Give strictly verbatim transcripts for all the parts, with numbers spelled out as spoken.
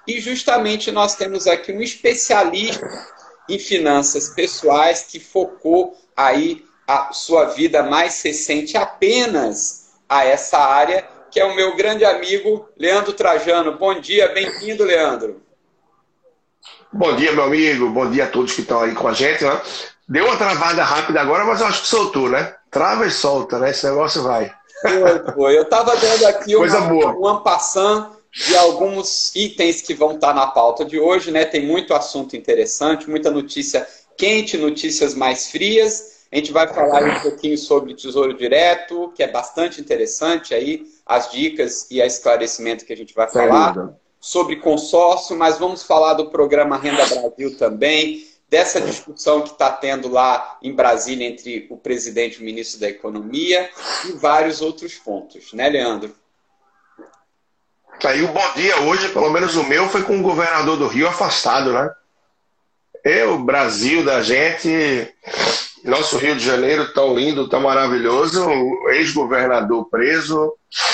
E justamente nós temos aqui um especialista em finanças pessoais que focou aí a sua vida mais recente apenas a essa área, que é o meu grande amigo Leandro Trajano. Bom dia, bem-vindo, Leandro. Bom dia, meu amigo. Bom dia a todos que estão aí com a gente, né? Deu uma travada rápida agora, mas eu acho que soltou, né? Trava e solta, né? Esse negócio vai. Foi, foi. Eu estava dando aqui Coisa uma, boa. um en passant de alguns itens que vão estar na pauta de hoje, né? Tem muito assunto interessante, muita notícia quente, notícias mais frias. A gente vai falar um pouquinho sobre Tesouro Direto, que é bastante interessante aí, as dicas e o esclarecimento que a gente vai falar. Sobre consórcio, mas vamos falar do programa Renda Brasil também, dessa discussão que está tendo lá em Brasília entre o presidente e o ministro da Economia e vários outros pontos, né, Leandro? Aí o bom dia hoje, pelo menos o meu, foi com o governador do Rio afastado, né? Eu, Brasil da gente, nosso Rio de Janeiro tão lindo, tão maravilhoso, o ex-governador preso,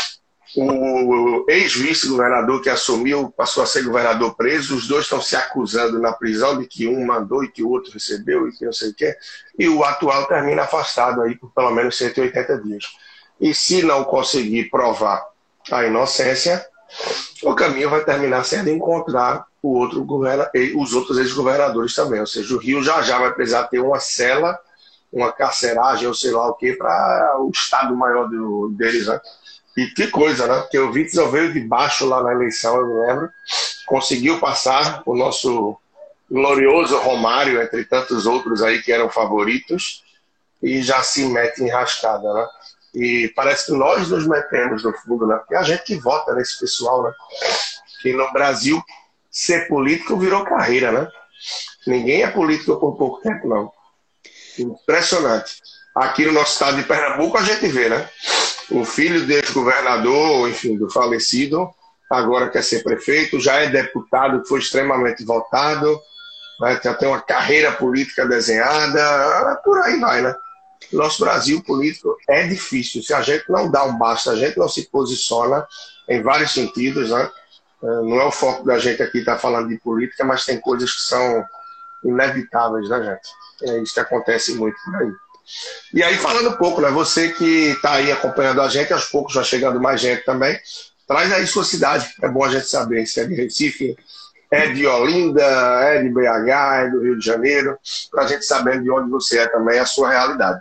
o ex-vice-governador que assumiu, passou a ser governador preso, os dois estão se acusando na prisão de que um mandou e que o outro recebeu e que não sei o quê, e o atual termina afastado aí por pelo menos cento e oitenta dias. E se não conseguir provar a inocência, o caminho vai terminar sendo encontrar o outro governa, os outros ex-governadores também, ou seja, o Rio já já vai precisar ter uma cela, uma carceragem ou sei lá o quê, para o estado maior do, deles, né? E que coisa, né? Porque o Witzel veio de baixo lá na eleição, eu me lembro. Conseguiu passar o nosso glorioso Romário, entre tantos outros aí que eram favoritos, e já se mete em rascada, né? E parece que nós nos metemos no fundo, né? Porque é a gente que vota nesse pessoal, né? Que no Brasil, ser político virou carreira, né? Ninguém é político por pouco tempo, não. Impressionante. Aqui no nosso estado de Pernambuco a gente vê, né? O filho desse governador, enfim, do falecido, agora quer ser prefeito, já é deputado, foi extremamente votado, né? Já tem uma carreira política desenhada, por aí vai, né? Nosso Brasil político é difícil. Se a gente não dá um basta, a gente não se posiciona em vários sentidos, né? Não é o foco da gente aqui estar falando de política, mas tem coisas que são inevitáveis, né, gente? É isso que acontece muito por aí. E aí, falando um pouco, né? Você que está aí acompanhando a gente, aos poucos vai chegando mais gente também, traz aí sua cidade. É bom a gente saber se é de Recife, é de Olinda, é de B H, é do Rio de Janeiro, para a gente saber de onde você é também, a sua realidade.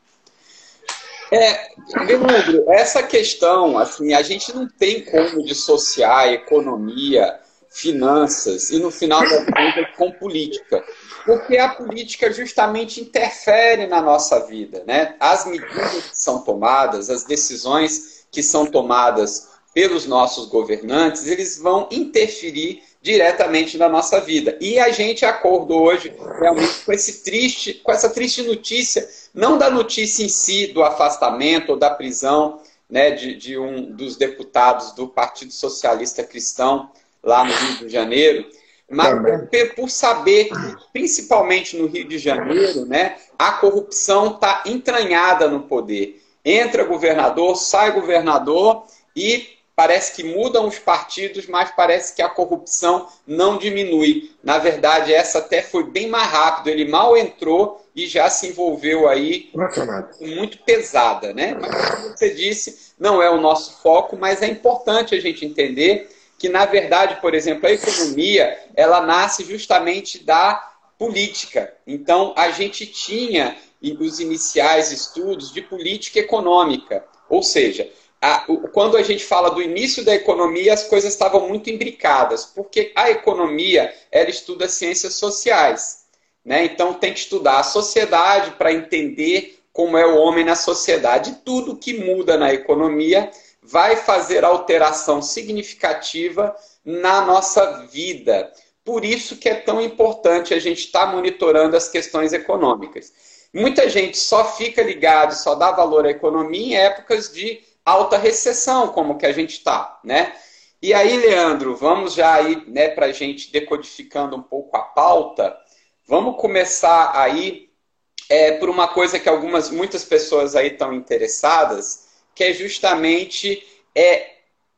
É, Leandro, essa questão, assim, a gente não tem como dissociar economia, finanças e, no final das contas, com política. Porque a política justamente interfere na nossa vida, né? As medidas que são tomadas, as decisões que são tomadas pelos nossos governantes, eles vão interferir diretamente na nossa vida. E a gente acordou hoje realmente com, esse triste, com essa triste notícia, não da notícia em si, do afastamento ou da prisão, né, de, de um dos deputados do Partido Socialista Cristão, lá no Rio de Janeiro, mas por, por saber que, principalmente no Rio de Janeiro, né, a corrupção está entranhada no poder. Entra governador, sai governador e parece que mudam os partidos, mas parece que a corrupção não diminui. Na verdade, essa até foi bem mais rápido. Ele mal entrou e já se envolveu aí muito pesada, né? Mas, como você disse, não é o nosso foco, mas é importante a gente entender que, na verdade, por exemplo, a economia, ela nasce justamente da política. Então, a gente tinha os iniciais estudos de política econômica, ou seja, A, quando a gente fala do início da economia, as coisas estavam muito imbricadas, porque a economia, ela estuda ciências sociais, né? Então tem que estudar a sociedade para entender como é o homem na sociedade. Tudo que muda na economia vai fazer alteração significativa na nossa vida. Por isso que é tão importante a gente estar monitorando as questões econômicas. Muita gente só fica ligado, só dá valor à economia em épocas de alta recessão, como que a gente está, né? E aí, Leandro, vamos já aí, né, para a gente decodificando um pouco a pauta, vamos começar aí é, por uma coisa que algumas, muitas pessoas aí estão interessadas, que é justamente é,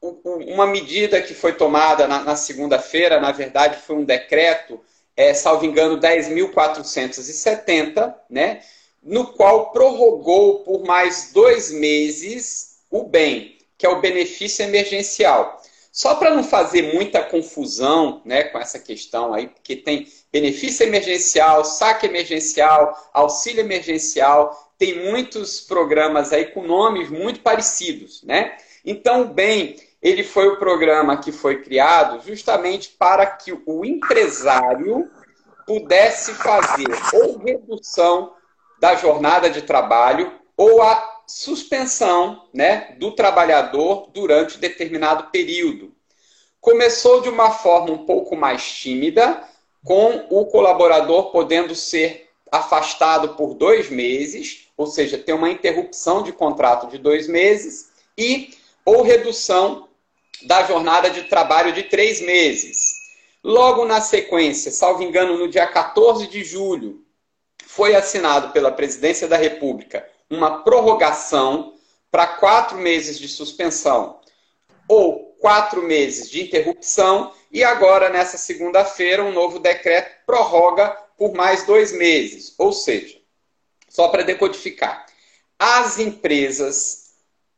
uma medida que foi tomada na, na segunda-feira, na verdade foi um decreto, é, salvo engano, dez mil quatrocentos e setenta, né, no qual prorrogou por mais dois meses o bem, que é o benefício emergencial. Só para não fazer muita confusão, né, com essa questão aí, porque tem benefício emergencial, saque emergencial, auxílio emergencial, tem muitos programas aí com nomes muito parecidos, né? Então, o bem, ele foi o programa que foi criado justamente para que o empresário pudesse fazer ou redução da jornada de trabalho ou a suspensão, né, do trabalhador durante determinado período. Começou de uma forma um pouco mais tímida, com o colaborador podendo ser afastado por dois meses, ou seja, ter uma interrupção de contrato de dois meses, e ou redução da jornada de trabalho de três meses. Logo na sequência, salvo engano, no dia quatorze de julho, foi assinado pela Presidência da República uma prorrogação para quatro meses de suspensão ou quatro meses de interrupção, e agora, nessa segunda-feira, um novo decreto prorroga por mais dois meses. Ou seja, só para decodificar, as empresas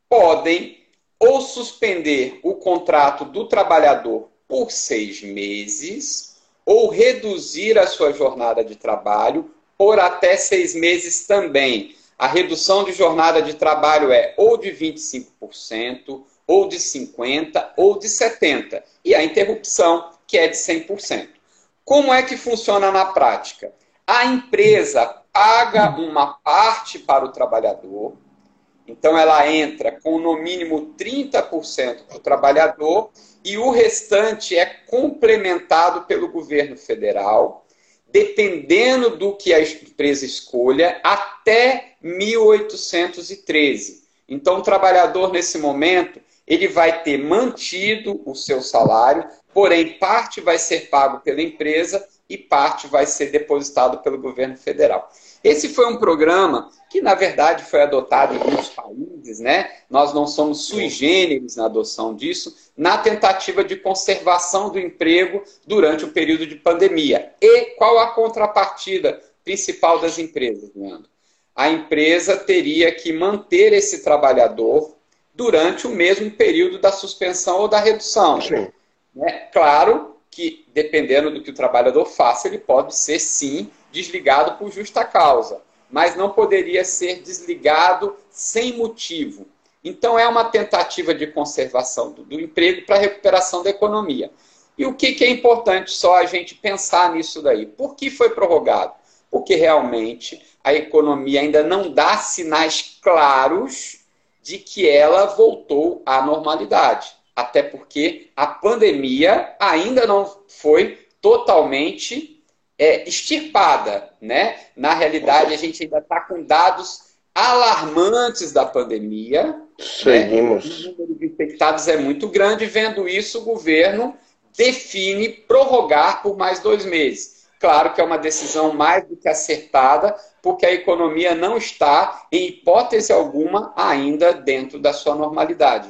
podem ou suspender o contrato do trabalhador por seis meses ou reduzir a sua jornada de trabalho por até seis meses também. A redução de jornada de trabalho é ou de vinte e cinco por cento, ou de cinquenta por cento, ou de setenta por cento. E a interrupção, que é de cem por cento. Como é que funciona na prática? A empresa paga uma parte para o trabalhador, então ela entra com no mínimo trinta por cento para o trabalhador e o restante é complementado pelo governo federal, dependendo do que a empresa escolha, até mil oitocentos e treze. Então, o trabalhador, nesse momento, ele vai ter mantido o seu salário, porém, parte vai ser pago pela empresa e parte vai ser depositado pelo governo federal. Esse foi um programa que, na verdade, foi adotado em muitos países, né? Nós não somos sui generis na adoção disso, na tentativa de conservação do emprego durante o período de pandemia. E qual a contrapartida principal das empresas, Leandro? A empresa teria que manter esse trabalhador durante o mesmo período da suspensão ou da redução. Sim. Né? Claro que, dependendo do que o trabalhador faça, ele pode ser, sim, desligado por justa causa, mas não poderia ser desligado sem motivo. Então, é uma tentativa de conservação do, do emprego para a recuperação da economia. E o que, que é importante só a gente pensar nisso daí? Por que foi prorrogado? Porque realmente a economia ainda não dá sinais claros de que ela voltou à normalidade. Até porque a pandemia ainda não foi totalmente é, extirpada, né? Na realidade, a gente ainda está com dados alarmantes da pandemia. Seguimos. Né? O número de infectados é muito grande. Vendo isso, o governo define prorrogar por mais dois meses. Claro que é uma decisão mais do que acertada, porque a economia não está, em hipótese alguma, ainda dentro da sua normalidade.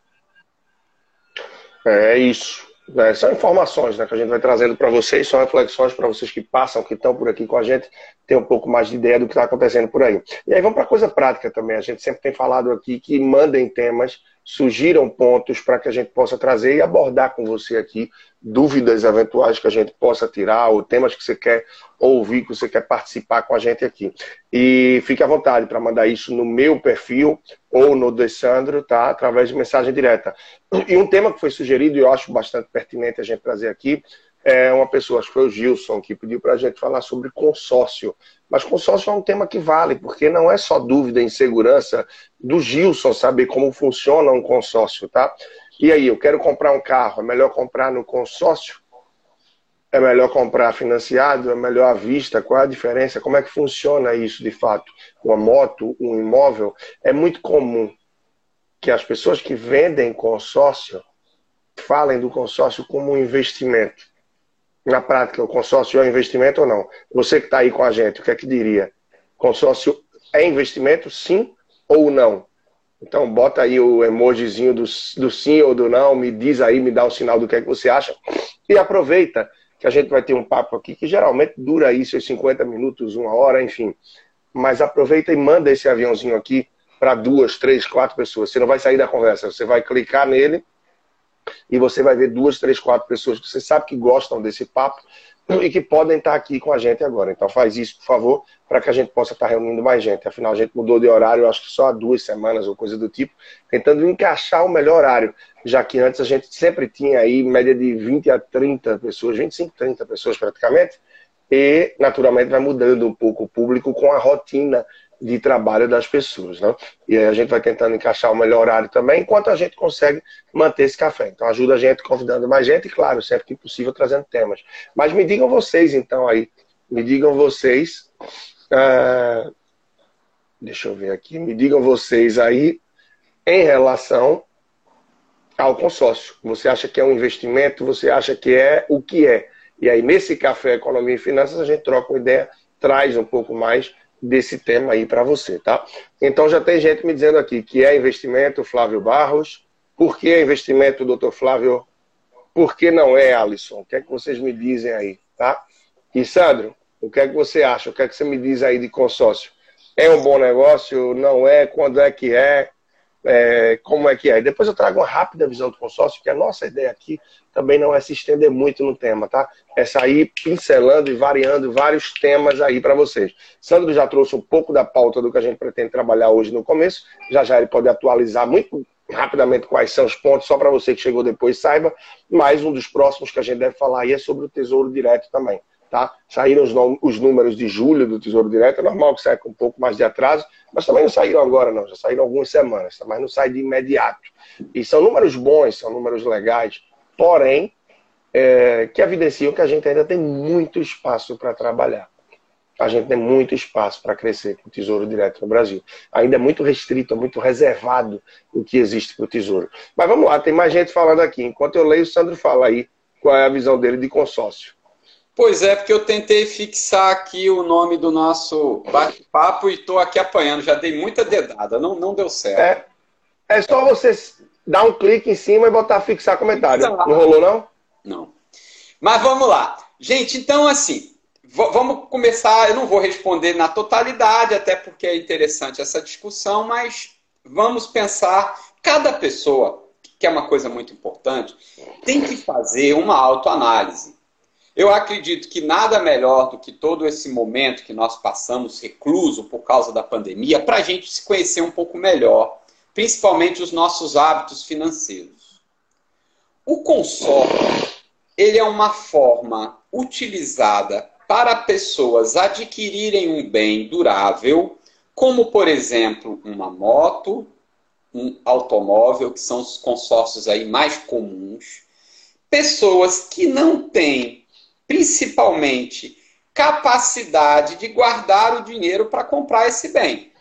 É isso. É, são informações, né, que a gente vai trazendo para vocês, são reflexões para vocês que passam, que estão por aqui com a gente, ter um pouco mais de ideia do que está acontecendo por aí. E aí vamos para coisa prática também. A gente sempre tem falado aqui que mandem temas, sugiram pontos para que a gente possa trazer e abordar com você aqui dúvidas eventuais que a gente possa tirar, ou temas que você quer ouvir, que você quer participar com a gente aqui. E fique à vontade para mandar isso no meu perfil ou no de Sandro, tá? Através de mensagem direta. E um tema que foi sugerido e eu acho bastante pertinente a gente trazer aqui, é uma pessoa, acho que foi o Gilson, que pediu para a gente falar sobre consórcio. Mas consórcio é um tema que vale, porque não é só dúvida e insegurança do Gilson saber como funciona um consórcio, tá? E aí, eu quero comprar um carro, é melhor comprar no consórcio? É melhor comprar financiado? É melhor à vista? Qual é a diferença? Como é que funciona isso de fato? Uma moto, um imóvel? É muito comum que as pessoas que vendem consórcio falem do consórcio como um investimento. Na prática, o consórcio é um investimento ou não? Você que está aí com a gente, o que é que diria? Consórcio é investimento, sim ou não? Então bota aí o emojizinho do, do sim ou do não, me diz aí, me dá o sinal do que é que você acha. E aproveita que a gente vai ter um papo aqui que geralmente dura aí seus cinquenta minutos, uma hora, enfim. Mas aproveita e manda esse aviãozinho aqui para duas, três, quatro pessoas. Você não vai sair da conversa, você vai clicar nele e você vai ver duas, três, quatro pessoas que você sabe que gostam desse papo e que podem estar aqui com a gente agora. Então faz isso, por favor, para que a gente possa estar reunindo mais gente. Afinal, a gente mudou de horário, acho que só há duas semanas ou coisa do tipo, tentando encaixar o melhor horário, já que antes a gente sempre tinha aí média de vinte a trinta pessoas, vinte e cinco, trinta pessoas praticamente, e naturalmente vai mudando um pouco o público com a rotina de trabalho das pessoas, né? E aí a gente vai tentando encaixar o melhor horário também, enquanto a gente consegue manter esse café. Então ajuda a gente convidando mais gente e, claro, sempre que possível, trazendo temas. Mas me digam vocês, então, aí. Me digam vocês... Uh, deixa eu ver aqui. Me digam vocês aí em relação ao consórcio. Você acha que é um investimento? Você acha que é o que é? E aí, nesse Café Economia e Finanças, a gente troca uma ideia, traz um pouco mais desse tema aí para você, tá? Então já tem gente me dizendo aqui que é investimento, Flávio Barros. Por que é investimento, doutor Flávio? Por que não é, Alisson? O que é que vocês me dizem aí, tá? E Sandro, o que é que você acha? O que é que você me diz aí de consórcio? É um bom negócio? Não é? Quando é que é? É, como é que é? Depois eu trago uma rápida visão do consórcio, que a nossa ideia aqui também não é se estender muito no tema, tá? É sair pincelando e variando vários temas aí para vocês. Sandro já trouxe um pouco da pauta do que a gente pretende trabalhar hoje no começo, já já ele pode atualizar muito rapidamente quais são os pontos, só para você que chegou depois saiba, mas um dos próximos que a gente deve falar aí é sobre o Tesouro Direto também. Tá? Saíram os, os números de julho do Tesouro Direto, é normal que saia com um pouco mais de atraso, mas também não saíram agora não, já saíram algumas semanas, mas não sai de imediato. E são números bons, são números legais, porém, é, que evidenciam que a gente ainda tem muito espaço para trabalhar. A gente tem muito espaço para crescer com o Tesouro Direto no Brasil. Ainda é muito restrito, é muito reservado o que existe para o Tesouro. Mas vamos lá, tem mais gente falando aqui. Enquanto eu leio, o Sandro fala aí qual é a visão dele de consórcio. Pois é, porque eu tentei fixar aqui o nome do nosso bate-papo e estou aqui apanhando. Já dei muita dedada, não, não deu certo. É, é só você dar um clique em cima e botar fixar comentário. Não rolou, não? Não. Mas vamos lá. Gente, então assim, vamos começar. Eu não vou responder na totalidade, até porque é interessante essa discussão, mas vamos pensar, cada pessoa, que é uma coisa muito importante, tem que fazer uma autoanálise. Eu acredito que nada melhor do que todo esse momento que nós passamos recluso por causa da pandemia para a gente se conhecer um pouco melhor, principalmente os nossos hábitos financeiros. O consórcio, ele é uma forma utilizada para pessoas adquirirem um bem durável, como, por exemplo, uma moto, um automóvel, que são os consórcios aí mais comuns, pessoas que não têm principalmente capacidade de guardar o dinheiro para comprar esse bem.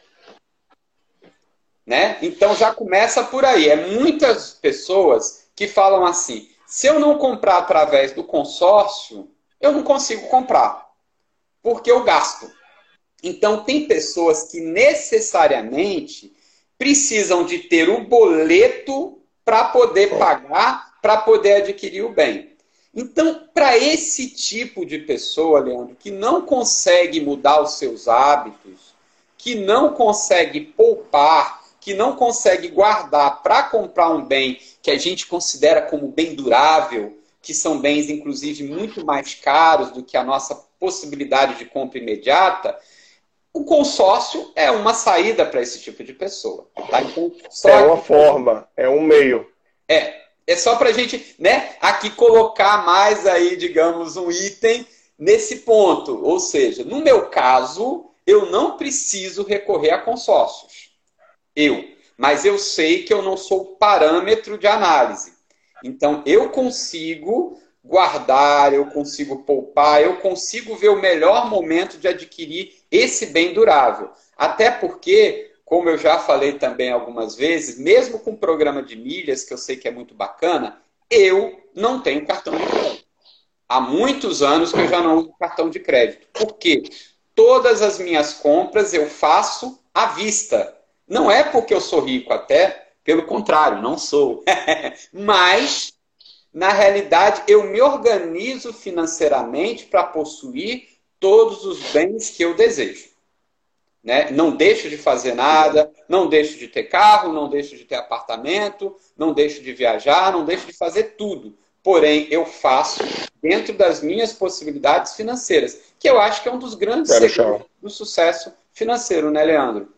Né? Então já começa por aí. É muitas pessoas que falam assim, se eu não comprar através do consórcio, eu não consigo comprar, porque eu gasto. Então tem pessoas que necessariamente precisam de ter o boleto para poder pagar, para poder adquirir o bem. Então, para esse tipo de pessoa, Leandro, que não consegue mudar os seus hábitos, que não consegue poupar, que não consegue guardar para comprar um bem que a gente considera como bem durável, que são bens, inclusive, muito mais caros do que a nossa possibilidade de compra imediata, o consórcio é uma saída para esse tipo de pessoa. Tá? Então, só é uma forma, é um meio. É. É só para a gente, né, aqui colocar mais aí, digamos, um item nesse ponto. Ou seja, no meu caso, eu não preciso recorrer a consórcios. Eu. Mas eu sei que eu não sou parâmetro de análise. Então, eu consigo guardar, eu consigo poupar, eu consigo ver o melhor momento de adquirir esse bem durável. Até porque, como eu já falei também algumas vezes, mesmo com o programa de milhas, que eu sei que é muito bacana, eu não tenho cartão de crédito. Há muitos anos que eu já não uso cartão de crédito. Por quê? Todas as minhas compras eu faço à vista. Não é porque eu sou rico, até pelo contrário, não sou. Mas, na realidade, eu me organizo financeiramente para possuir todos os bens que eu desejo. Né? Não deixo de fazer nada, não deixo de ter carro, não deixo de ter apartamento, não deixo de viajar, não deixo de fazer tudo. Porém, eu faço dentro das minhas possibilidades financeiras, que eu acho que é um dos grandes segredos do sucesso financeiro, né, Leandro?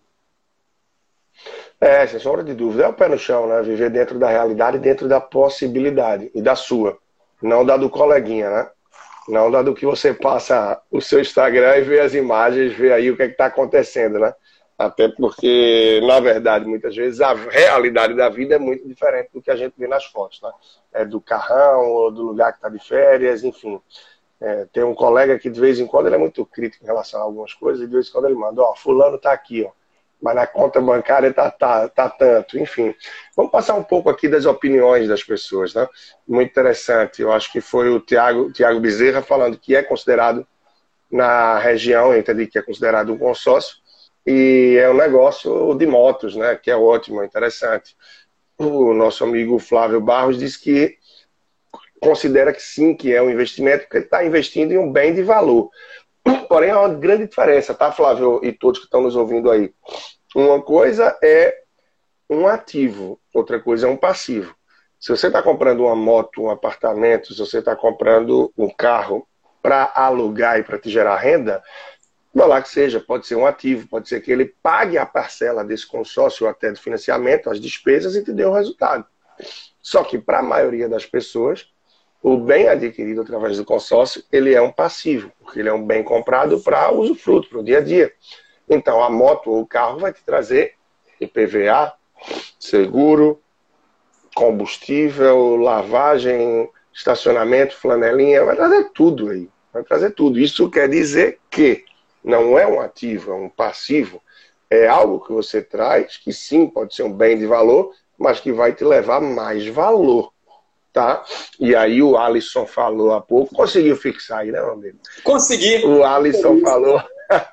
É, sem sombra de dúvida. É o pé no chão, né? Viver dentro da realidade, dentro da possibilidade. E da sua. Não da do coleguinha, né? Não da do que você passa o seu Instagram e vê as imagens, vê aí o que é está acontecendo, né? Até porque, na verdade, muitas vezes a realidade da vida é muito diferente do que a gente vê nas fotos, né? É do carrão, ou do lugar que está de férias, enfim. É, tem um colega que de vez em quando ele é muito crítico em relação a algumas coisas, e de vez em quando ele manda, ó, fulano está aqui, ó, mas na conta bancária está tá, tá tanto, enfim. Vamos passar um pouco aqui das opiniões das pessoas, né? Muito interessante, eu acho que foi o Tiago, Tiago Bezerra falando que é considerado, na região, eu entendi que é considerado um consórcio, e é um negócio de motos, né? Que é ótimo, é interessante. O nosso amigo Flávio Barros disse que considera que sim, que é um investimento, porque ele está investindo em um bem de valor. Porém, há uma grande diferença, tá, Flávio, e todos que estão nos ouvindo aí. Uma coisa é um ativo, outra coisa é um passivo. Se você está comprando uma moto, um apartamento, se você está comprando um carro para alugar e para te gerar renda, vai lá que seja, pode ser um ativo, pode ser que ele pague a parcela desse consórcio ou até do financiamento, as despesas, e te dê o resultado. Só que para a maioria das pessoas, o bem adquirido através do consórcio, ele é um passivo, porque ele é um bem comprado para usufruto, para o dia a dia. Então, a moto ou o carro vai te trazer I P V A, seguro, combustível, lavagem, estacionamento, flanelinha, vai trazer tudo aí. Vai trazer tudo. Isso quer dizer que não é um ativo, é um passivo. É algo que você traz, que sim, pode ser um bem de valor, mas que vai te levar mais valor. Tá? E aí o Alisson falou há pouco, conseguiu fixar aí, né, meu amigo? Consegui. O Alisson falou,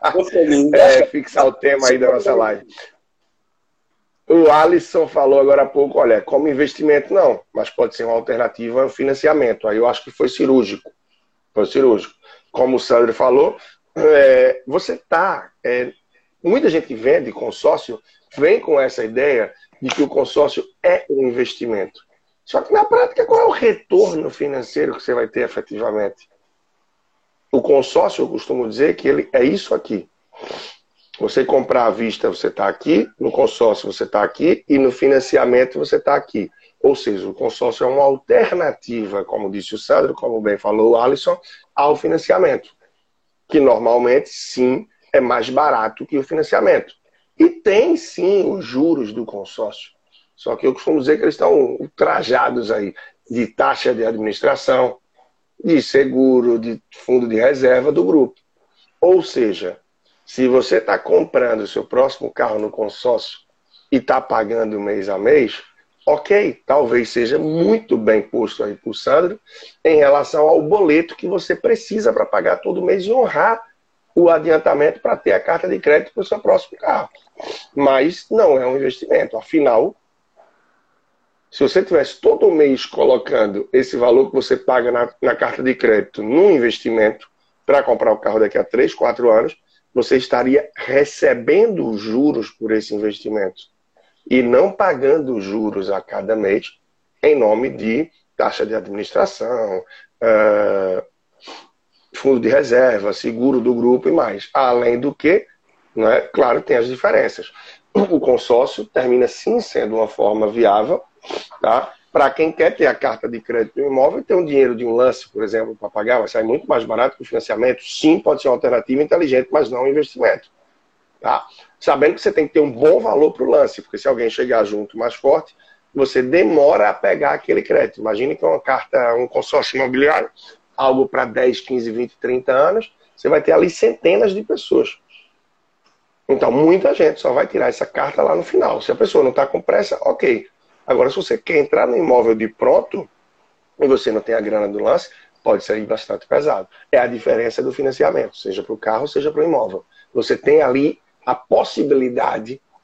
é, fixar o tema aí da nossa live. O Alisson falou agora há pouco, olha, como investimento não, mas pode ser uma alternativa ao financiamento. Aí eu acho que foi cirúrgico. Foi cirúrgico. Como o Sandro falou, é, você tá, é, muita gente que vende consórcio vem com essa ideia de que o consórcio é um investimento. Só que na prática, qual é o retorno financeiro que você vai ter efetivamente? O consórcio, eu costumo dizer que ele é isso aqui. Você comprar à vista, você está aqui, no consórcio você está aqui, e no financiamento você está aqui. Ou seja, o consórcio é uma alternativa, como disse o Sandro, como bem falou o Alisson, ao financiamento. Que normalmente, sim, é mais barato que o financiamento. E tem, sim, os juros do consórcio. Só que eu costumo dizer que eles estão ultrajados aí de taxa de administração, de seguro, de fundo de reserva do grupo. Ou seja, se você está comprando o seu próximo carro no consórcio e está pagando mês a mês, ok, talvez seja muito bem posto aí por Sandro em relação ao boleto que você precisa para pagar todo mês e honrar o adiantamento para ter a carta de crédito para o seu próximo carro. Mas não é um investimento, afinal, se você tivesse todo mês colocando esse valor que você paga na, na carta de crédito num investimento para comprar o carro daqui a três, quatro anos, você estaria recebendo juros por esse investimento e não pagando juros a cada mês em nome de taxa de administração, uh, fundo de reserva, seguro do grupo e mais. Além do que, né, claro, tem as diferenças. O consórcio termina sim sendo uma forma viável, tá? Para quem quer ter a carta de crédito do imóvel e ter um dinheiro de um lance, por exemplo, para pagar, vai sair muito mais barato que o financiamento. Sim, pode ser uma alternativa inteligente, mas não um investimento. Tá? Sabendo que você tem que ter um bom valor para o lance, porque se alguém chegar junto mais forte, você demora a pegar aquele crédito. Imagine que é uma carta, um consórcio imobiliário, algo para dez, quinze, vinte, trinta anos, você vai ter ali centenas de pessoas. Então, muita gente só vai tirar essa carta lá no final. Se a pessoa não está com pressa, ok. Agora, se você quer entrar no imóvel de pronto e você não tem a grana do lance, pode ser bastante pesado. É a diferença do financiamento, seja para o carro, seja para o imóvel. Você tem ali a possibilidade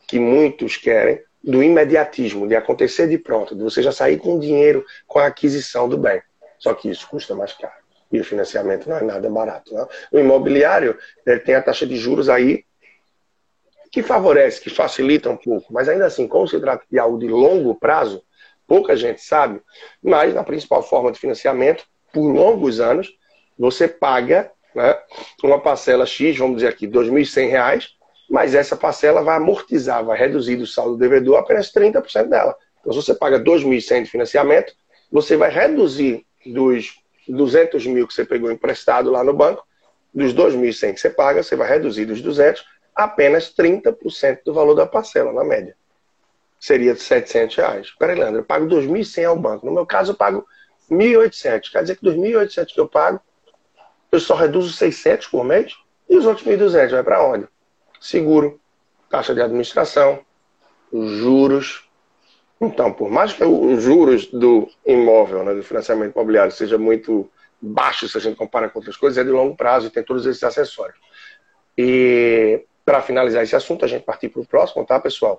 que muitos querem, do imediatismo, de acontecer de pronto, de você já sair com dinheiro com a aquisição do bem. Só que isso custa mais caro. E o financiamento não é nada barato. Não? O imobiliário, ele tem a taxa de juros aí que favorece, que facilita um pouco. Mas ainda assim, como se trata de algo de longo prazo, pouca gente sabe, mas na principal forma de financiamento, por longos anos, você paga, né, uma parcela X, vamos dizer aqui, dois mil e cem reais, mas essa parcela vai amortizar, vai reduzir do saldo do devedor apenas trinta por cento dela. Então, se você paga dois mil e cem de financiamento, você vai reduzir dos duzentos mil que você pegou emprestado lá no banco, dos dois mil e cem que você paga, você vai reduzir dos duzentos apenas trinta por cento do valor da parcela, na média. Seria de setecentos reais. Peraí, Leandro, eu pago dois mil e cem ao banco. No meu caso, eu pago mil e oitocentos. Quer dizer que dos mil e oitocentos que eu pago, eu só reduzo seiscentos por mês? E os outros mil e duzentos vai para onde? Seguro, taxa de administração, juros. Então, por mais que os juros do imóvel, né, do financiamento imobiliário, seja muito baixo se a gente compara com outras coisas, é de longo prazo e tem todos esses acessórios. E para finalizar esse assunto, a gente partir para o próximo, tá, pessoal?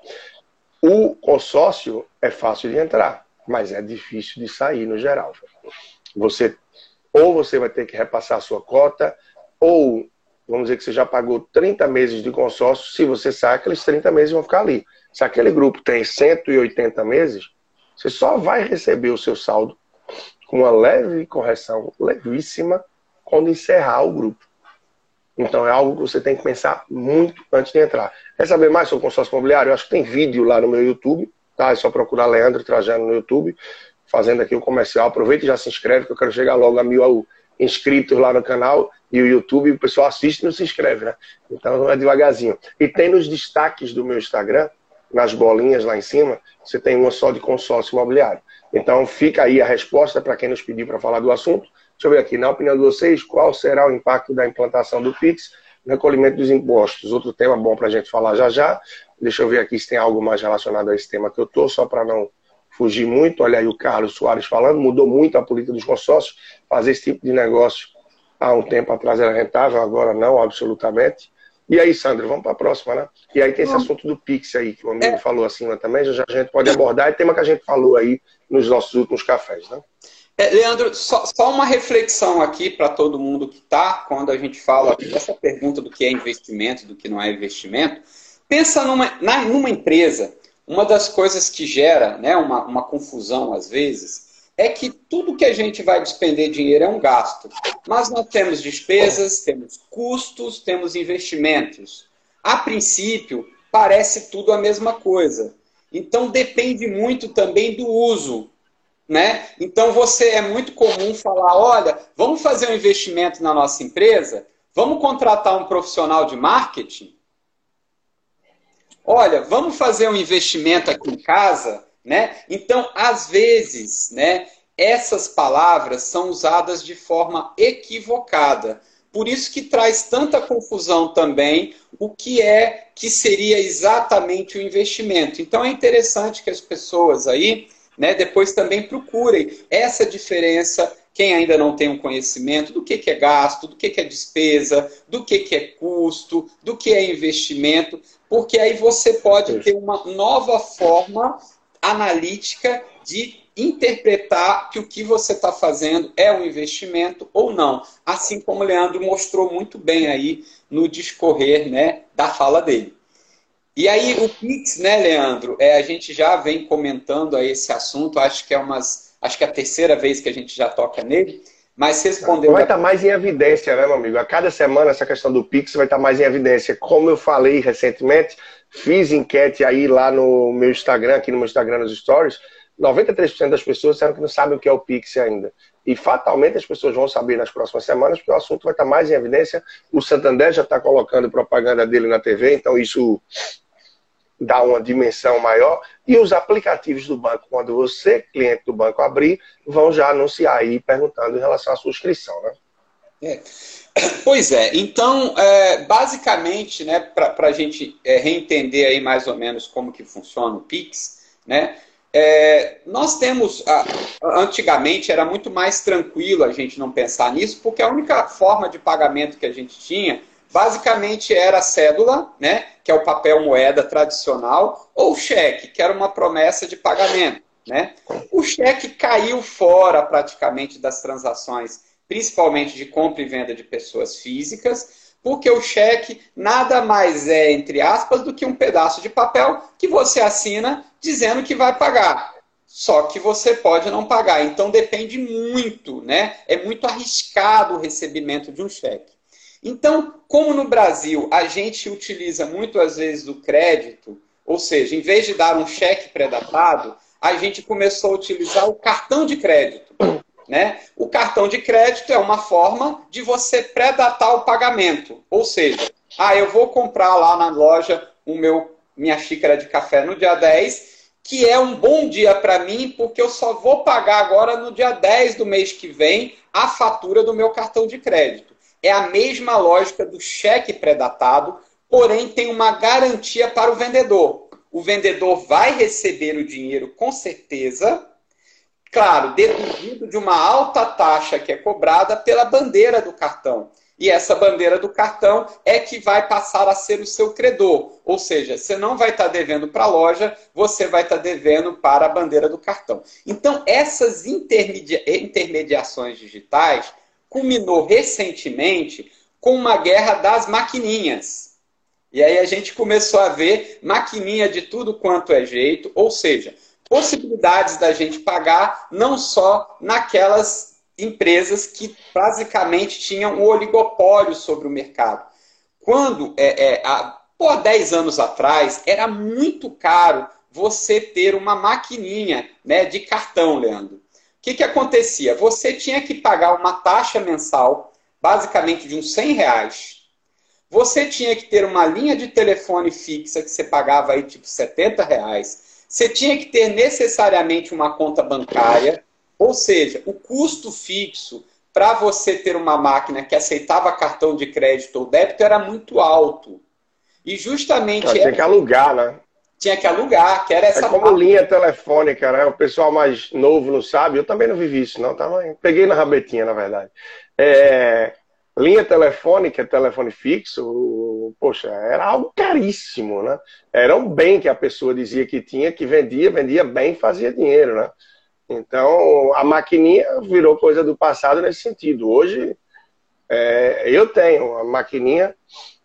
O consórcio é fácil de entrar, mas é difícil de sair no geral. Você, ou você vai ter que repassar a sua cota, ou, vamos dizer que você já pagou trinta meses de consórcio, se você sai, aqueles trinta meses vão ficar ali. Se aquele grupo tem cento e oitenta meses, você só vai receber o seu saldo com uma leve correção, levíssima, quando encerrar o grupo. Então é algo que você tem que pensar muito antes de entrar. Quer saber mais sobre consórcio imobiliário? Eu acho que tem vídeo lá no meu YouTube, tá? É só procurar Leandro Trajano no YouTube, fazendo aqui o comercial. Aproveita e já se inscreve, que eu quero chegar logo a mil inscritos lá no canal e o YouTube, o pessoal assiste e não se inscreve, né? Então é devagarzinho. E tem nos destaques do meu Instagram, nas bolinhas lá em cima, você tem uma só de consórcio imobiliário. Então fica aí a resposta para quem nos pediu para falar do assunto. Deixa eu ver aqui, na opinião de vocês, qual será o impacto da implantação do Pix no recolhimento dos impostos? Outro tema bom para a gente falar já já. Deixa eu ver aqui se tem algo mais relacionado a esse tema que eu estou, só para não fugir muito. Olha aí o Carlos Soares falando, mudou muito a política dos consórcios. Fazer esse tipo de negócio há um tempo atrás era rentável, agora não, absolutamente. E aí, Sandro, vamos para a próxima, né? E aí tem esse assunto do Pix aí, que o amigo é. falou acima também, já, já a gente pode abordar, é tema que a gente falou aí nos nossos últimos cafés, né? É, Leandro, só, só uma reflexão aqui para todo mundo que está, quando a gente fala dessa pergunta do que é investimento, do que não é investimento. Pensa numa, na, numa empresa, uma das coisas que gera, né, uma, uma confusão às vezes, é que tudo que a gente vai despender dinheiro é um gasto. Mas nós temos despesas, temos custos, temos investimentos. A princípio, parece tudo a mesma coisa. Então depende muito também do uso. Né? Então você é muito comum falar, olha, vamos fazer um investimento na nossa empresa, vamos contratar um profissional de marketing, olha, vamos fazer um investimento aqui em casa, né? Então às vezes, né, essas palavras são usadas de forma equivocada, por isso que traz tanta confusão também o que é que seria exatamente o investimento. Então é interessante que as pessoas aí, né, depois também procurem essa diferença, quem ainda não tem um conhecimento do que, que é gasto, do que, que é despesa, do que, que é custo, do que é investimento, porque aí você pode ter uma nova forma analítica de interpretar que o que você está fazendo é um investimento ou não. Assim como o Leandro mostrou muito bem aí no discorrer, né, da fala dele. E aí o Pix, né, Leandro, é, a gente já vem comentando aí esse assunto, acho que é umas, acho que é a terceira vez que a gente já toca nele, mas respondeu... Vai estar mais em evidência, né, meu amigo? A cada semana essa questão do Pix vai estar mais em evidência. Como eu falei recentemente, fiz enquete aí lá no meu Instagram, aqui no meu Instagram nos Stories, noventa e três por cento das pessoas disseram que não sabem o que é o Pix ainda. E fatalmente as pessoas vão saber nas próximas semanas, porque o assunto vai estar mais em evidência. O Santander já está colocando propaganda dele na T V, então isso dá uma dimensão maior. E os aplicativos do banco, quando você, cliente do banco, abrir, vão já anunciar aí, perguntando em relação à sua inscrição, né? É. Pois é, então, é, basicamente, né, para a gente é, reentender aí mais ou menos como que funciona o Pix, né, é, nós temos, a, antigamente era muito mais tranquilo a gente não pensar nisso, porque a única forma de pagamento que a gente tinha basicamente era a cédula, né, que é o papel moeda tradicional, ou o cheque, que era uma promessa de pagamento, né? O cheque caiu fora praticamente das transações, principalmente de compra e venda de pessoas físicas, porque o cheque nada mais é, entre aspas, do que um pedaço de papel que você assina dizendo que vai pagar. Só que você pode não pagar. Então depende muito, né? É muito arriscado o recebimento de um cheque. Então, como no Brasil a gente utiliza muito às vezes o crédito, ou seja, em vez de dar um cheque pré-datado, a gente começou a utilizar o cartão de crédito. Né? O cartão de crédito é uma forma de você pré-datar o pagamento. Ou seja, ah, eu vou comprar lá na loja o meu, minha xícara de café no dia dez, que é um bom dia para mim, porque eu só vou pagar agora no dia dez do mês que vem a fatura do meu cartão de crédito. É a mesma lógica do cheque pré-datado, porém tem uma garantia para o vendedor. O vendedor vai receber o dinheiro com certeza, claro, deduzido de uma alta taxa que é cobrada pela bandeira do cartão. E essa bandeira do cartão é que vai passar a ser o seu credor. Ou seja, você não vai estar devendo para a loja, você vai estar devendo para a bandeira do cartão. Então, essas intermedia- intermediações digitais culminou recentemente com uma guerra das maquininhas. E aí a gente começou a ver maquininha de tudo quanto é jeito, ou seja, possibilidades da gente pagar não só naquelas empresas que basicamente tinham um oligopólio sobre o mercado. Quando, é, é, há, por dez anos atrás, era muito caro você ter uma maquininha, né, de cartão, Leandro. O que, que acontecia? Você tinha que pagar uma taxa mensal, basicamente de uns cem reais. Você tinha que ter uma linha de telefone fixa que você pagava aí tipo setenta reais. Você tinha que ter necessariamente uma conta bancária, ou seja, o custo fixo para você ter uma máquina que aceitava cartão de crédito ou débito era muito alto. E justamente... Ah, tinha que alugar, né? Tinha que alugar, que era essa É como parte. linha telefônica, né? O pessoal mais novo não sabe. Eu também não vivi isso, não. Tava... Peguei na rabetinha, na verdade. É... Linha telefônica, telefone fixo, poxa, era algo caríssimo, né? Era um bem que a pessoa dizia que tinha, que vendia, vendia bem, fazia dinheiro, né? Então, a maquininha virou coisa do passado nesse sentido. Hoje, é... eu tenho a maquininha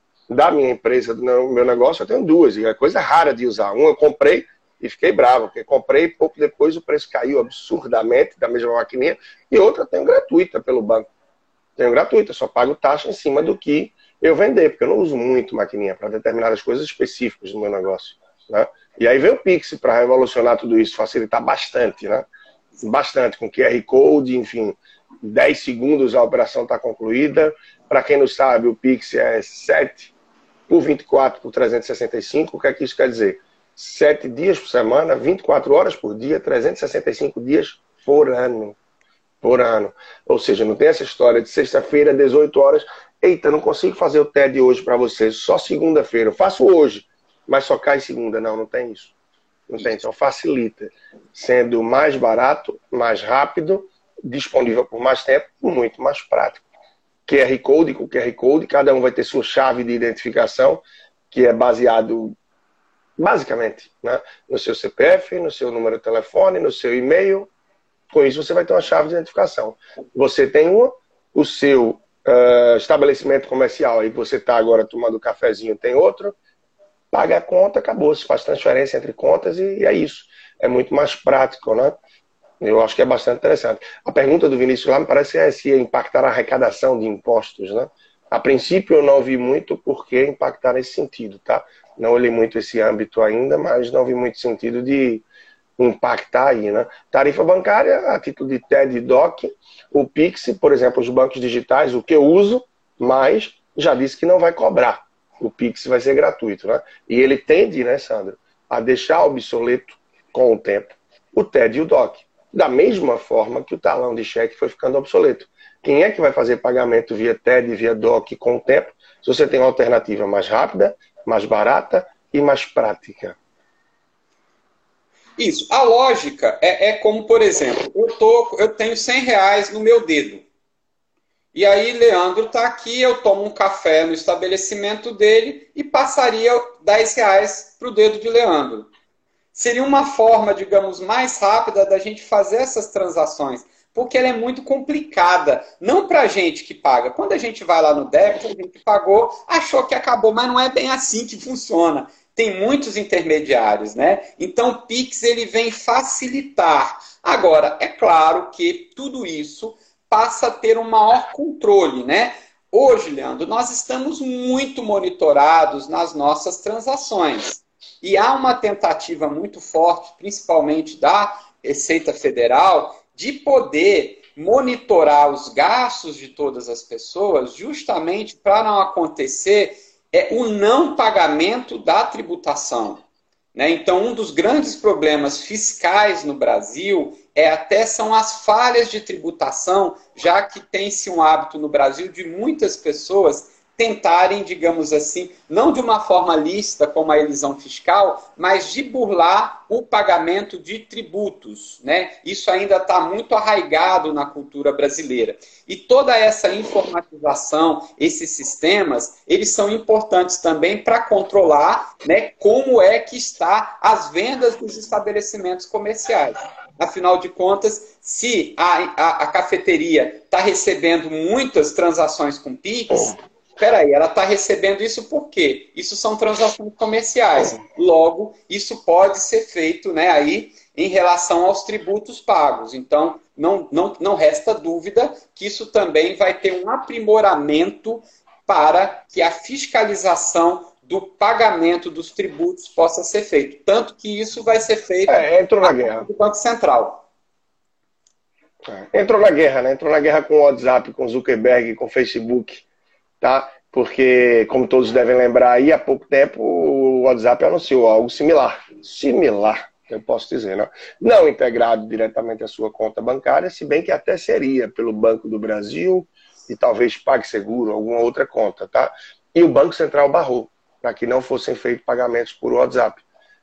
da minha empresa, do meu negócio, eu tenho duas, e é coisa rara de usar. Uma eu comprei e fiquei bravo, porque comprei pouco depois o preço caiu absurdamente da mesma maquininha, e outra eu tenho gratuita pelo banco. Tenho gratuita, só pago taxa em cima do que eu vender, porque eu não uso muito maquininha para determinadas coisas específicas do meu negócio, né? E aí veio o Pix para revolucionar tudo isso, facilitar bastante, né? Bastante, com Q R Code, enfim, dez segundos a operação está concluída. Para quem não sabe, o Pix é sete por vinte e quatro por trezentos e sessenta e cinco. O que é que isso quer dizer? sete dias por semana, vinte e quatro horas por dia, trezentos e sessenta e cinco dias por ano. Por ano. Ou seja, não tem essa história de sexta-feira, dezoito horas. Eita, não consigo fazer o T E D hoje para você, só segunda-feira. Eu faço hoje, mas só cai segunda. Não, não tem isso. Não tem, então facilita. Sendo mais barato, mais rápido, disponível por mais tempo, muito mais prático. Q R Code com Q R Code, cada um vai ter sua chave de identificação, que é baseado, basicamente, né, no seu C P F, no seu número de telefone, no seu e-mail. Com isso você vai ter uma chave de identificação. Você tem uma, o seu uh, estabelecimento comercial, aí você está agora tomando um cafezinho, tem outro, paga a conta, acabou, se faz transferência entre contas e é isso. É muito mais prático, né? Eu acho que é bastante interessante. A pergunta do Vinícius lá me parece que é se impactar a arrecadação de impostos, né? A princípio eu não vi muito porque impactar nesse sentido, tá? Não olhei muito esse âmbito ainda, mas não vi muito sentido de impactar aí, né? Tarifa bancária, a título de T E D e D O C, o Pix, por exemplo, os bancos digitais, o que eu uso, mas já disse que não vai cobrar. O Pix vai ser gratuito, né? E ele tende, né, Sandro, a deixar obsoleto com o tempo o T E D e o D O C. Da mesma forma que o talão de cheque foi ficando obsoleto. Quem é que vai fazer pagamento via T E D e via D O C com o tempo, se você tem uma alternativa mais rápida, mais barata e mais prática? Isso. A lógica é, é como, por exemplo, eu, tô, eu tenho cem reais no meu dedo. E aí, Leandro está aqui, eu tomo um café no estabelecimento dele e passaria dez reais para o dedo de Leandro. Seria uma forma, digamos, mais rápida da gente fazer essas transações, porque ela é muito complicada. Não para a gente que paga. Quando a gente vai lá no débito, a gente pagou, achou que acabou, mas não é bem assim que funciona. Tem muitos intermediários, né? Então, o Pix ele vem facilitar. Agora, é claro que tudo isso passa a ter um maior controle, né? Hoje, Leandro, nós estamos muito monitorados nas nossas transações. E há uma tentativa muito forte, principalmente da Receita Federal, de poder monitorar os gastos de todas as pessoas, justamente para não acontecer é, o não pagamento da tributação. Né? Então, um dos grandes problemas fiscais no Brasil é até são as falhas de tributação, já que tem-se um hábito no Brasil de muitas pessoas tentarem, digamos assim, não de uma forma lícita como a elisão fiscal, mas de burlar o pagamento de tributos. Né? Isso ainda está muito arraigado na cultura brasileira. E toda essa informatização, esses sistemas, eles são importantes também para controlar, né, como é que está as vendas dos estabelecimentos comerciais. Afinal de contas, se a, a, a cafeteria está recebendo muitas transações com Pix, peraí, ela está recebendo isso por quê? Isso são transações comerciais. Logo, isso pode ser feito, né, aí, em relação aos tributos pagos. Então, não, não, não resta dúvida que isso também vai ter um aprimoramento para que a fiscalização do pagamento dos tributos possa ser feito. Tanto que isso vai ser feito é, entrou na guerra. do Banco Central. É, entrou na guerra, né? Entrou na guerra com o WhatsApp, com o Zuckerberg, com o Facebook. Tá? Porque, como todos devem lembrar, aí há pouco tempo o WhatsApp anunciou algo similar. Similar, eu posso dizer, não? Não integrado diretamente à sua conta bancária, se bem que até seria pelo Banco do Brasil e talvez PagSeguro, alguma outra conta, tá? E o Banco Central barrou, para que não fossem feitos pagamentos por WhatsApp.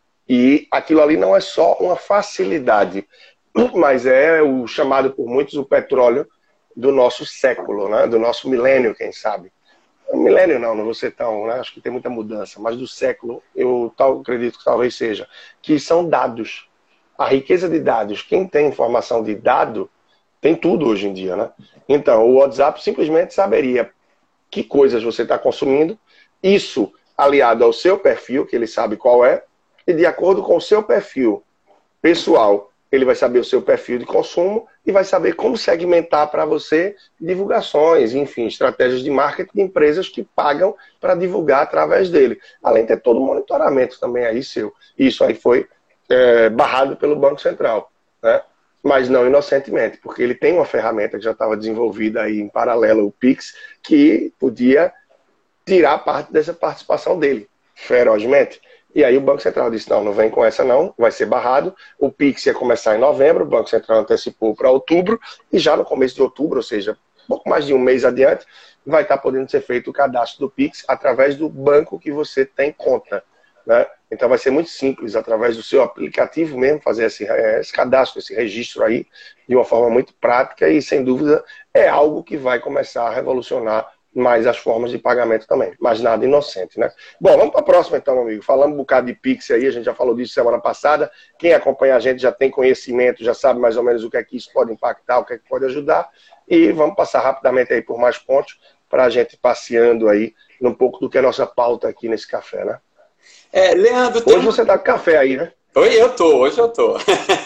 E aquilo ali não é só uma facilidade, mas é o chamado por muitos o petróleo do nosso século, né? Do nosso milênio, quem sabe. Milênio não, não vou ser tão, né? Acho que tem muita mudança, mas do século, eu tal, acredito que talvez seja, que são dados. A riqueza de dados, quem tem informação de dado, tem tudo hoje em dia, né? Então, o WhatsApp simplesmente saberia que coisas você está consumindo, isso aliado ao seu perfil, que ele sabe qual é, e de acordo com o seu perfil pessoal, ele vai saber o seu perfil de consumo e vai saber como segmentar para você divulgações, enfim, estratégias de marketing de empresas que pagam para divulgar através dele. Além de ter todo o monitoramento também aí seu. Isso aí foi é, barrado pelo Banco Central, né? Mas não inocentemente, porque ele tem uma ferramenta que já estava desenvolvida aí em paralelo, o Pix, que podia tirar parte dessa participação dele, ferozmente. E aí o Banco Central disse, não, não vem com essa não, vai ser barrado. O Pix ia começar em novembro, o Banco Central antecipou para outubro, e já no começo de outubro, ou seja, pouco mais de um mês adiante, vai estar podendo ser feito o cadastro do Pix através do banco que você tem conta, né? Então vai ser muito simples, através do seu aplicativo mesmo, fazer esse, esse cadastro, esse registro aí, de uma forma muito prática, e sem dúvida é algo que vai começar a revolucionar mais as formas de pagamento também, mas nada inocente, né? Bom, vamos para a próxima então, meu amigo. Falamos um bocado de Pix aí, a gente já falou disso semana passada. Quem acompanha a gente já tem conhecimento, já sabe mais ou menos o que é que isso pode impactar, o que é que pode ajudar. E vamos passar rapidamente aí por mais pontos para a gente passeando aí um pouco do que é a nossa pauta aqui nesse café, né? É, Leandro... Hoje você tá com café aí, né? Oi, eu tô, hoje eu tô.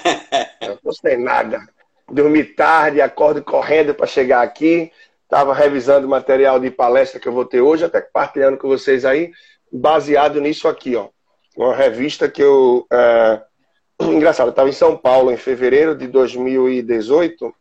Eu não sei nada. Dormi tarde, acordo correndo para chegar aqui. Estava revisando o material de palestra que eu vou ter hoje, até compartilhando com vocês aí, baseado nisso aqui, ó. Uma revista que eu... É... Engraçado, eu estava em São Paulo em fevereiro de dois mil e dezoito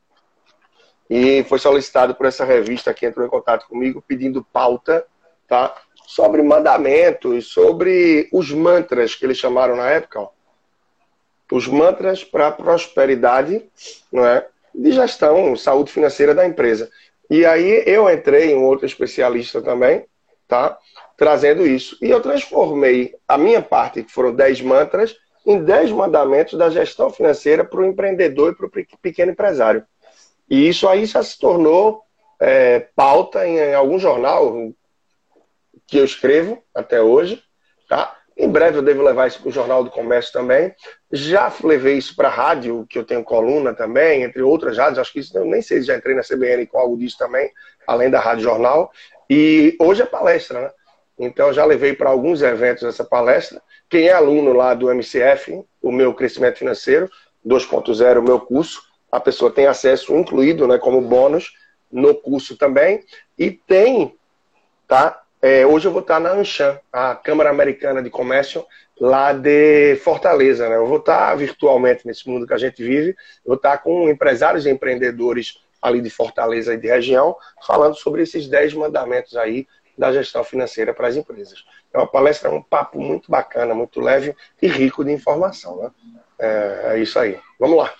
e foi solicitado por essa revista que entrou em contato comigo pedindo pauta, tá? Sobre mandamentos, sobre os mantras que eles chamaram na época, ó. Os mantras para prosperidade, não é? De gestão, saúde financeira da empresa. E aí eu entrei, um outro especialista também, tá? Trazendo isso. E eu transformei a minha parte, que foram dez mantras, em dez mandamentos da gestão financeira para o empreendedor e para o pequeno empresário. E isso aí já se tornou é, pauta em, em algum jornal que eu escrevo até hoje, tá? Em breve eu devo levar isso para o Jornal do Comércio também. Já levei isso para a rádio, que eu tenho coluna também, entre outras rádios. Acho que isso, eu nem sei se já entrei na C B N com algo disso também, além da Rádio Jornal. E hoje é palestra, né? Então já levei para alguns eventos essa palestra. Quem é aluno lá do M C F, o meu Crescimento Financeiro dois ponto zero, o meu curso, a pessoa tem acesso incluído, né, como bônus no curso também. E tem, tá? É, hoje eu vou estar na ANCHAM, a Câmara Americana de Comércio, lá de Fortaleza, né? Eu vou estar virtualmente nesse mundo que a gente vive, eu vou estar com empresários e empreendedores ali de Fortaleza e de região, falando sobre esses dez mandamentos aí da gestão financeira para as empresas. É uma palestra, um papo muito bacana, muito leve e rico de informação, né? É, é isso aí. Vamos lá.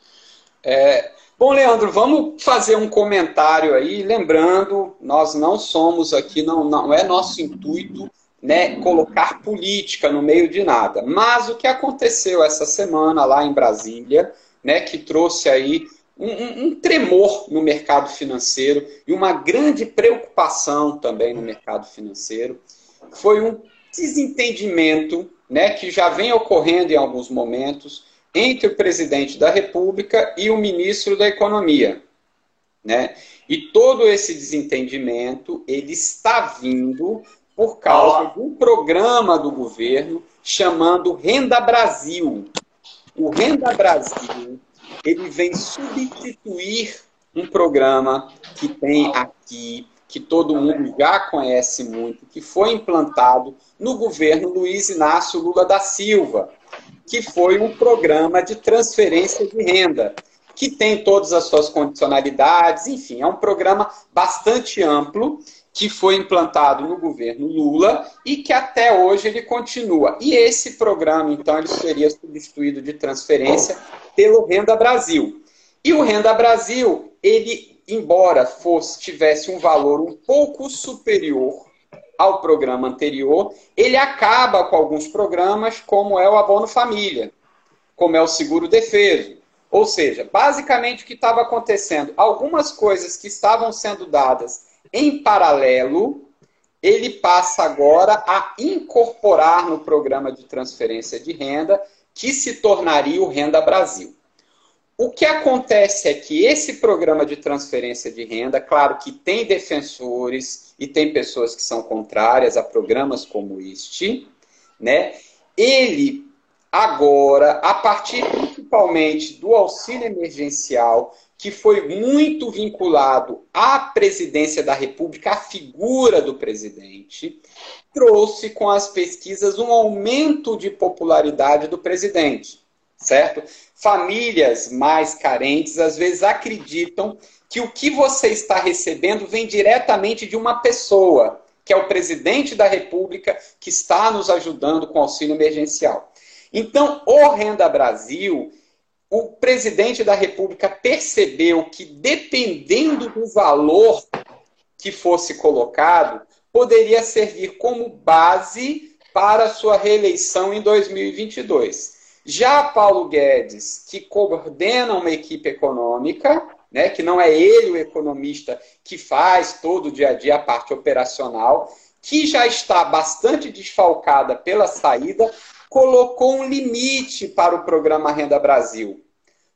É... Bom, Leandro, vamos fazer um comentário aí, lembrando, nós não somos aqui, não, não é nosso intuito, né, colocar política no meio de nada. Mas o que aconteceu essa semana lá em Brasília, né, que trouxe aí um, um, um tremor no mercado financeiro e uma grande preocupação também no mercado financeiro, foi um desentendimento, né, que já vem ocorrendo em alguns momentos, entre o presidente da República e o ministro da Economia, né? E todo esse desentendimento, ele está vindo por causa de um programa do governo chamando Renda Brasil. O Renda Brasil, ele vem substituir um programa que tem aqui, que todo mundo já conhece muito, que foi implantado no governo Luiz Inácio Lula da Silva, que foi um programa de transferência de renda, que tem todas as suas condicionalidades, enfim, é um programa bastante amplo, que foi implantado no governo Lula e que até hoje ele continua. E esse programa, então, ele seria substituído de transferência pelo Renda Brasil. E o Renda Brasil, ele, embora fosse, tivesse um valor um pouco superior ao programa anterior, ele acaba com alguns programas, como é o Abono Família, como é o Seguro Defeso. Ou seja, basicamente o que estava acontecendo, algumas coisas que estavam sendo dadas em paralelo, ele passa agora a incorporar no programa de transferência de renda, que se tornaria o Renda Brasil. O que acontece é que esse programa de transferência de renda, claro que tem defensores e tem pessoas que são contrárias a programas como este, né? Ele agora, a partir principalmente do auxílio emergencial, que foi muito vinculado à presidência da República, à figura do presidente, trouxe com as pesquisas um aumento de popularidade do presidente. Certo? Famílias mais carentes às vezes acreditam que o que você está recebendo vem diretamente de uma pessoa, que é o presidente da República, que está nos ajudando com auxílio emergencial. Então, o Renda Brasil, o presidente da República percebeu que, dependendo do valor que fosse colocado, poderia servir como base para a sua reeleição em dois mil e vinte e dois. Já Paulo Guedes, que coordena uma equipe econômica, né, que não é ele o economista que faz todo o dia a dia a parte operacional, que já está bastante desfalcada pela saída, colocou um limite para o programa Renda Brasil.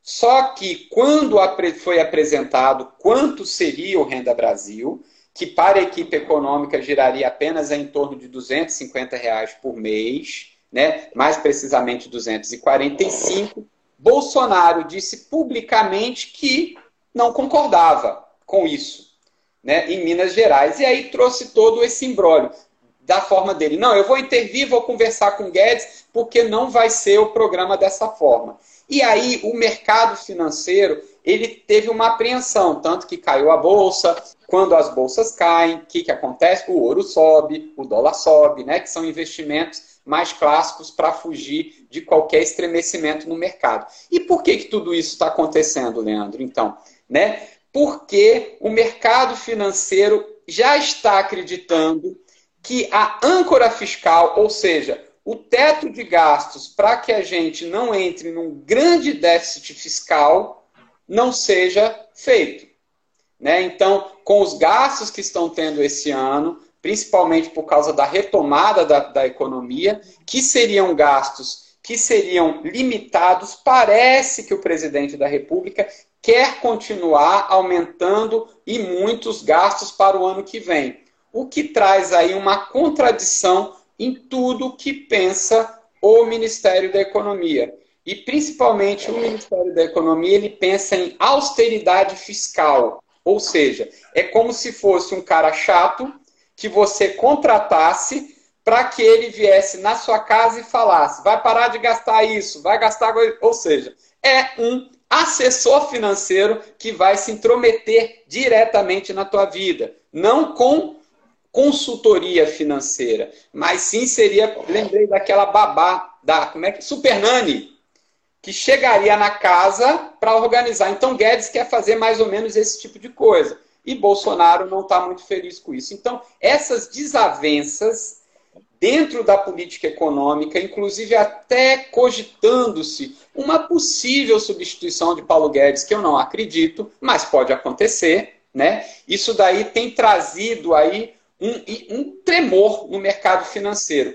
Só que quando foi apresentado quanto seria o Renda Brasil, que para a equipe econômica giraria apenas em torno de duzentos e cinquenta reais por mês, né? Mais precisamente duzentos e quarenta e cinco, Bolsonaro disse publicamente que não concordava com isso, né? Em Minas Gerais. E aí trouxe todo esse imbróglio da forma dele. Não, eu vou intervir, vou conversar com o Guedes, porque não vai ser o programa dessa forma. E aí o mercado financeiro, ele teve uma apreensão, tanto que caiu a bolsa. Quando as bolsas caem, o que, que acontece? O ouro sobe, o dólar sobe, né? Que são investimentos mais clássicos para fugir de qualquer estremecimento no mercado. E por que, que tudo isso está acontecendo, Leandro? Então, né? Porque o mercado financeiro já está acreditando que a âncora fiscal, ou seja, o teto de gastos para que a gente não entre num grande déficit fiscal, não seja feito. né? Então, com os gastos que estão tendo esse ano, principalmente por causa da retomada da, da economia, que seriam gastos que seriam limitados, parece que o presidente da República quer continuar aumentando e muitos gastos para o ano que vem. O que traz aí uma contradição em tudo que pensa o Ministério da Economia. E principalmente o Ministério da Economia, ele pensa em austeridade fiscal. Ou seja, é como se fosse um cara chato que você contratasse para que ele viesse na sua casa e falasse, vai parar de gastar isso, vai gastar... Ou seja, é um assessor financeiro que vai se intrometer diretamente na tua vida. Não com consultoria financeira, mas sim seria, lembrei daquela babá, da, como é que, Super Nani, que chegaria na casa para organizar. Então Guedes quer fazer mais ou menos esse tipo de coisa. E Bolsonaro não está muito feliz com isso. Então, essas desavenças dentro da política econômica, inclusive até cogitando-se uma possível substituição de Paulo Guedes, que eu não acredito, mas pode acontecer, né? Isso daí tem trazido aí um, um tremor no mercado financeiro.